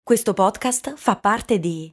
Questo podcast fa parte di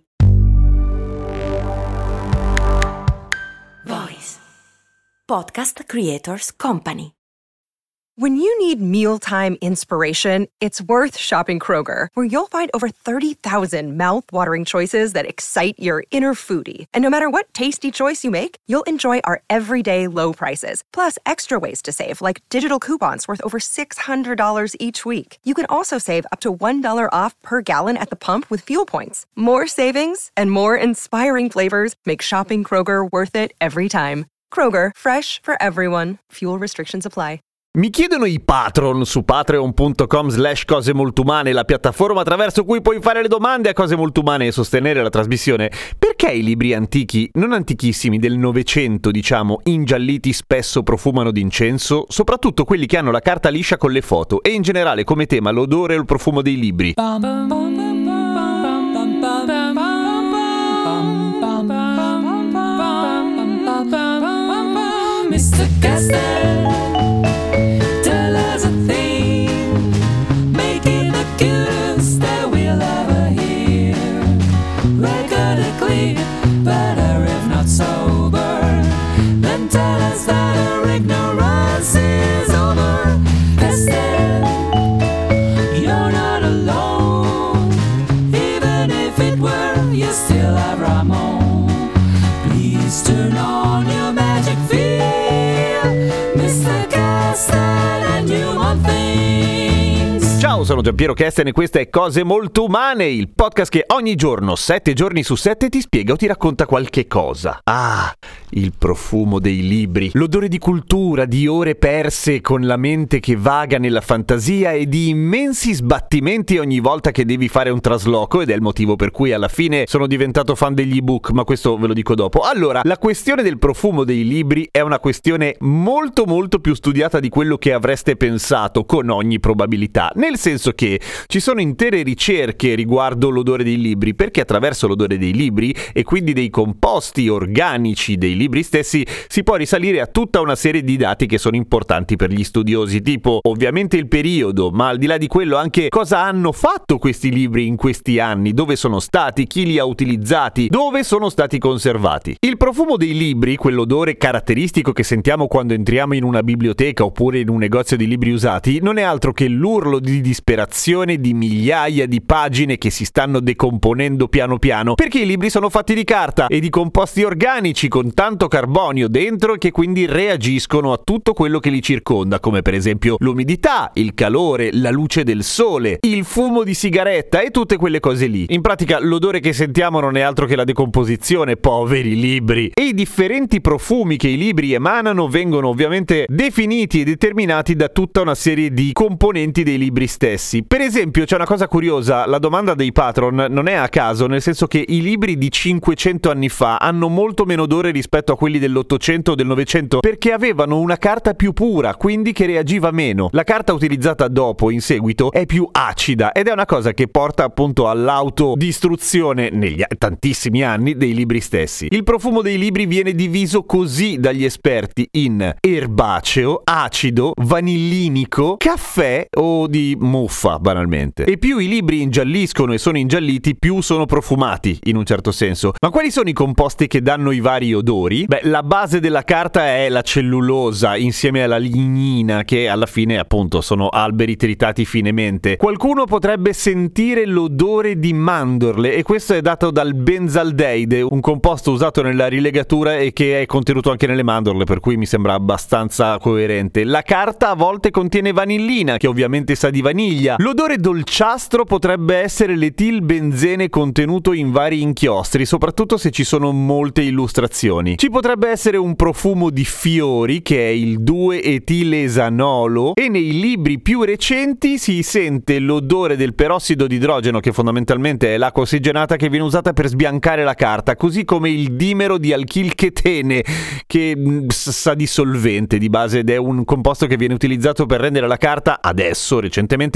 Voice Podcast Creators Company. When you need mealtime inspiration, it's worth shopping Kroger, where you'll find over 30,000 mouth-watering choices that excite your inner foodie. And no matter what tasty choice you make, you'll enjoy our everyday low prices, plus extra ways to save, like digital coupons worth over $600 each week. You can also save up to $1 off per gallon at the pump with fuel points. More savings and more inspiring flavors make shopping Kroger worth it every time. Kroger, fresh for everyone. Fuel restrictions apply. Mi chiedono i patron su patreon.com/cose molto umane, la piattaforma attraverso cui puoi fare le domande a Cose Molto Umane e sostenere la trasmissione. Perché i libri antichi, non antichissimi, del Novecento, diciamo, ingialliti spesso profumano d'incenso? Soprattutto quelli che hanno la carta liscia con le foto e in generale come tema l'odore o il profumo dei libri. Mr. Caster, tell us a thing, make it the cutest that we'll ever hear. Record a clear, better if not sober, then tell us that our ignorance is over. Caster, you're not alone, even if it were, you still have Ramon. Please turn on your magic field. Ciao, sono Giampiero Kesten e questa è Cose Molto Umane, il podcast che ogni giorno, 7 giorni su 7, ti spiega o ti racconta qualche cosa. Ah, il profumo dei libri, l'odore di cultura, di ore perse con la mente che vaga nella fantasia e di immensi sbattimenti ogni volta che devi fare un trasloco, ed è il motivo per cui alla fine sono diventato fan degli ebook, ma questo ve lo dico dopo. Allora, la questione del profumo dei libri è una questione molto più studiata di quello che avreste pensato, con ogni probabilità, nel senso che ci sono intere ricerche riguardo l'odore dei libri, perché attraverso l'odore dei libri e quindi dei composti organici dei libri stessi si può risalire a tutta una serie di dati che sono importanti per gli studiosi, tipo ovviamente il periodo, ma al di là di quello anche cosa hanno fatto questi libri in questi anni, dove sono stati, chi li ha utilizzati, dove sono stati conservati. Il profumo dei libri, quell'odore caratteristico che sentiamo quando entriamo in una biblioteca oppure in un negozio di libri usati, non è altro che l'urlo di disperazione di migliaia di pagine che si stanno decomponendo piano piano, perché i libri sono fatti di carta e di composti organici con tanto carbonio dentro che quindi reagiscono a tutto quello che li circonda, come per esempio l'umidità, il calore, la luce del sole, il fumo di sigaretta e tutte quelle cose lì. In pratica l'odore che sentiamo non è altro che la decomposizione, poveri libri. E i differenti profumi che i libri emanano vengono ovviamente definiti e determinati da tutta una serie di componenti dei libri stessi. Per esempio, c'è una cosa curiosa, la domanda dei patron non è a caso, nel senso che i libri di 500 anni fa hanno molto meno odore rispetto a quelli dell'800 o del 900, perché avevano una carta più pura, quindi che reagiva meno. La carta utilizzata dopo, in seguito, è più acida ed è una cosa che porta appunto all'autodistruzione negli tantissimi anni dei libri stessi. Il profumo dei libri viene diviso così dagli esperti in erbaceo, acido, vanillinico, caffè o di muffa, banalmente. E più i libri ingialliscono e sono ingialliti, più sono profumati, in un certo senso. Ma quali sono i composti che danno i vari odori? Beh, la base della carta è la cellulosa, insieme alla lignina, che alla fine, appunto, sono alberi tritati finemente. Qualcuno potrebbe sentire l'odore di mandorle, e questo è dato dal benzaldeide, un composto usato nella rilegatura e che è contenuto anche nelle mandorle, per cui mi sembra abbastanza coerente. La carta a volte contiene vanillina, che ovviamente sa di vaniglia. L'odore dolciastro potrebbe essere l'etilbenzene contenuto in vari inchiostri, soprattutto se ci sono molte illustrazioni. Ci potrebbe essere un profumo di fiori, che è il 2-etilesanolo, e nei libri più recenti si sente l'odore del perossido di idrogeno, che fondamentalmente è l'acqua ossigenata che viene usata per sbiancare la carta, così come il dimero di alchilchetene, che sa di solvente di base ed è un composto che viene utilizzato per rendere la carta, adesso recentemente,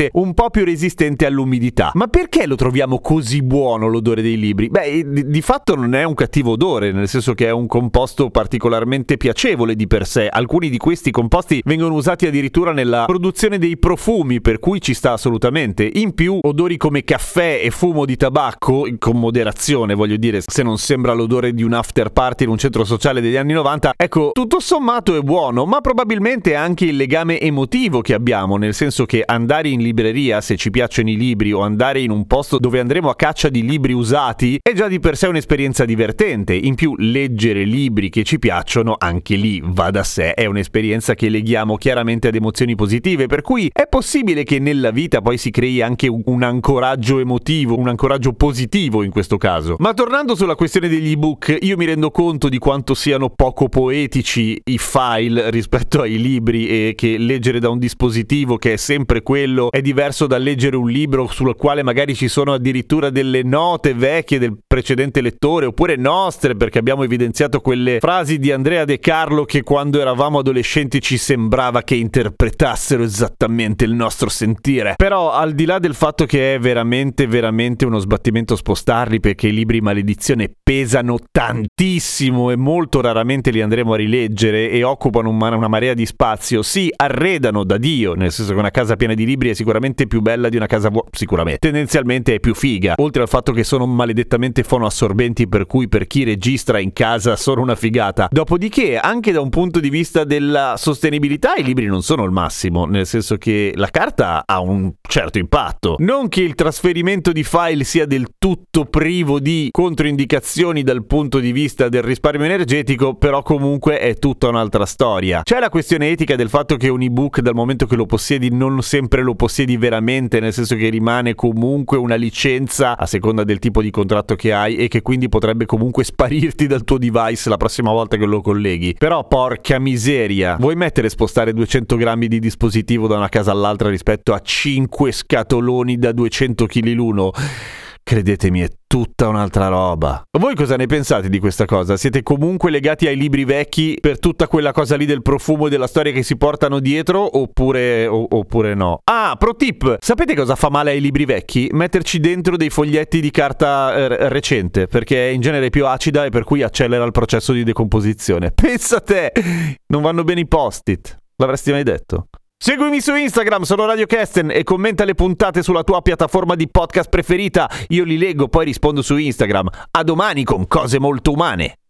anche un po' più resistente all'umidità. Ma perché lo troviamo così buono l'odore dei libri? Beh, di fatto non è un cattivo odore, nel senso che è un composto particolarmente piacevole di per sé. Alcuni di questi composti vengono usati addirittura nella produzione dei profumi, per cui ci sta assolutamente. In più, odori come caffè e fumo di tabacco, con moderazione, voglio dire, se non sembra l'odore di un after party in un centro sociale degli anni 90, ecco, tutto sommato è buono, ma probabilmente anche il legame emotivo che abbiamo, nel senso che andare in libreria, se ci piacciono i libri, o andare in un posto dove andremo a caccia di libri usati, è già di per sé un'esperienza divertente. In più, leggere libri che ci piacciono, anche lì va da sé, è un'esperienza che leghiamo chiaramente ad emozioni positive, per cui è possibile che nella vita poi si crei anche un ancoraggio emotivo, un ancoraggio positivo in questo caso. Ma tornando sulla questione degli ebook, io mi rendo conto di quanto siano poco poetici i file rispetto ai libri, e che leggere da un dispositivo che è sempre quello è diverso da leggere un libro sul quale magari ci sono addirittura delle note vecchie del precedente lettore, oppure nostre, perché abbiamo evidenziato quelle frasi di Andrea De Carlo che quando eravamo adolescenti ci sembrava che interpretassero esattamente il nostro sentire. Però al di là del fatto che è veramente uno sbattimento spostarli, perché i libri maledizione pesano tantissimo e molto raramente li andremo a rileggere e occupano una marea di spazio, si arredano da Dio, nel senso che una casa piena di libri è sicuramente più bella di una casa vuota, sicuramente, tendenzialmente è più figa, oltre al fatto che sono maledettamente fonoassorbenti, per cui per chi registra in casa sono una figata. Dopodiché, anche da un punto di vista della sostenibilità, i libri non sono il massimo, nel senso che la carta ha un certo impatto. Non che il trasferimento di file sia del tutto privo di controindicazioni dal punto di vista del risparmio energetico, però comunque è tutta un'altra storia. C'è la questione etica del fatto che un ebook, dal momento che lo possiedi, non sempre lo possiedi veramente, nel senso che rimane comunque una licenza a seconda del tipo di contratto che hai, e che quindi potrebbe comunque sparirti dal tuo device la prossima volta che lo colleghi. Però porca miseria, vuoi mettere e spostare 200 grammi di dispositivo da una casa all'altra rispetto a 5 scatoloni da 200 kg l'uno? Credetemi, è tutta un'altra roba. Voi cosa ne pensate di questa cosa? Siete comunque legati ai libri vecchi per tutta quella cosa lì del profumo e della storia che si portano dietro, oppure no? Ah, pro tip! Sapete cosa fa male ai libri vecchi? Metterci dentro dei foglietti di carta recente, perché è in genere più acida e per cui accelera il processo di decomposizione. Pensa te! Non vanno bene i post-it. L'avresti mai detto? Seguimi su Instagram, sono Radio Kesten, e commenta le puntate sulla tua piattaforma di podcast preferita. Io li leggo, poi rispondo su Instagram. A domani con cose molto umane.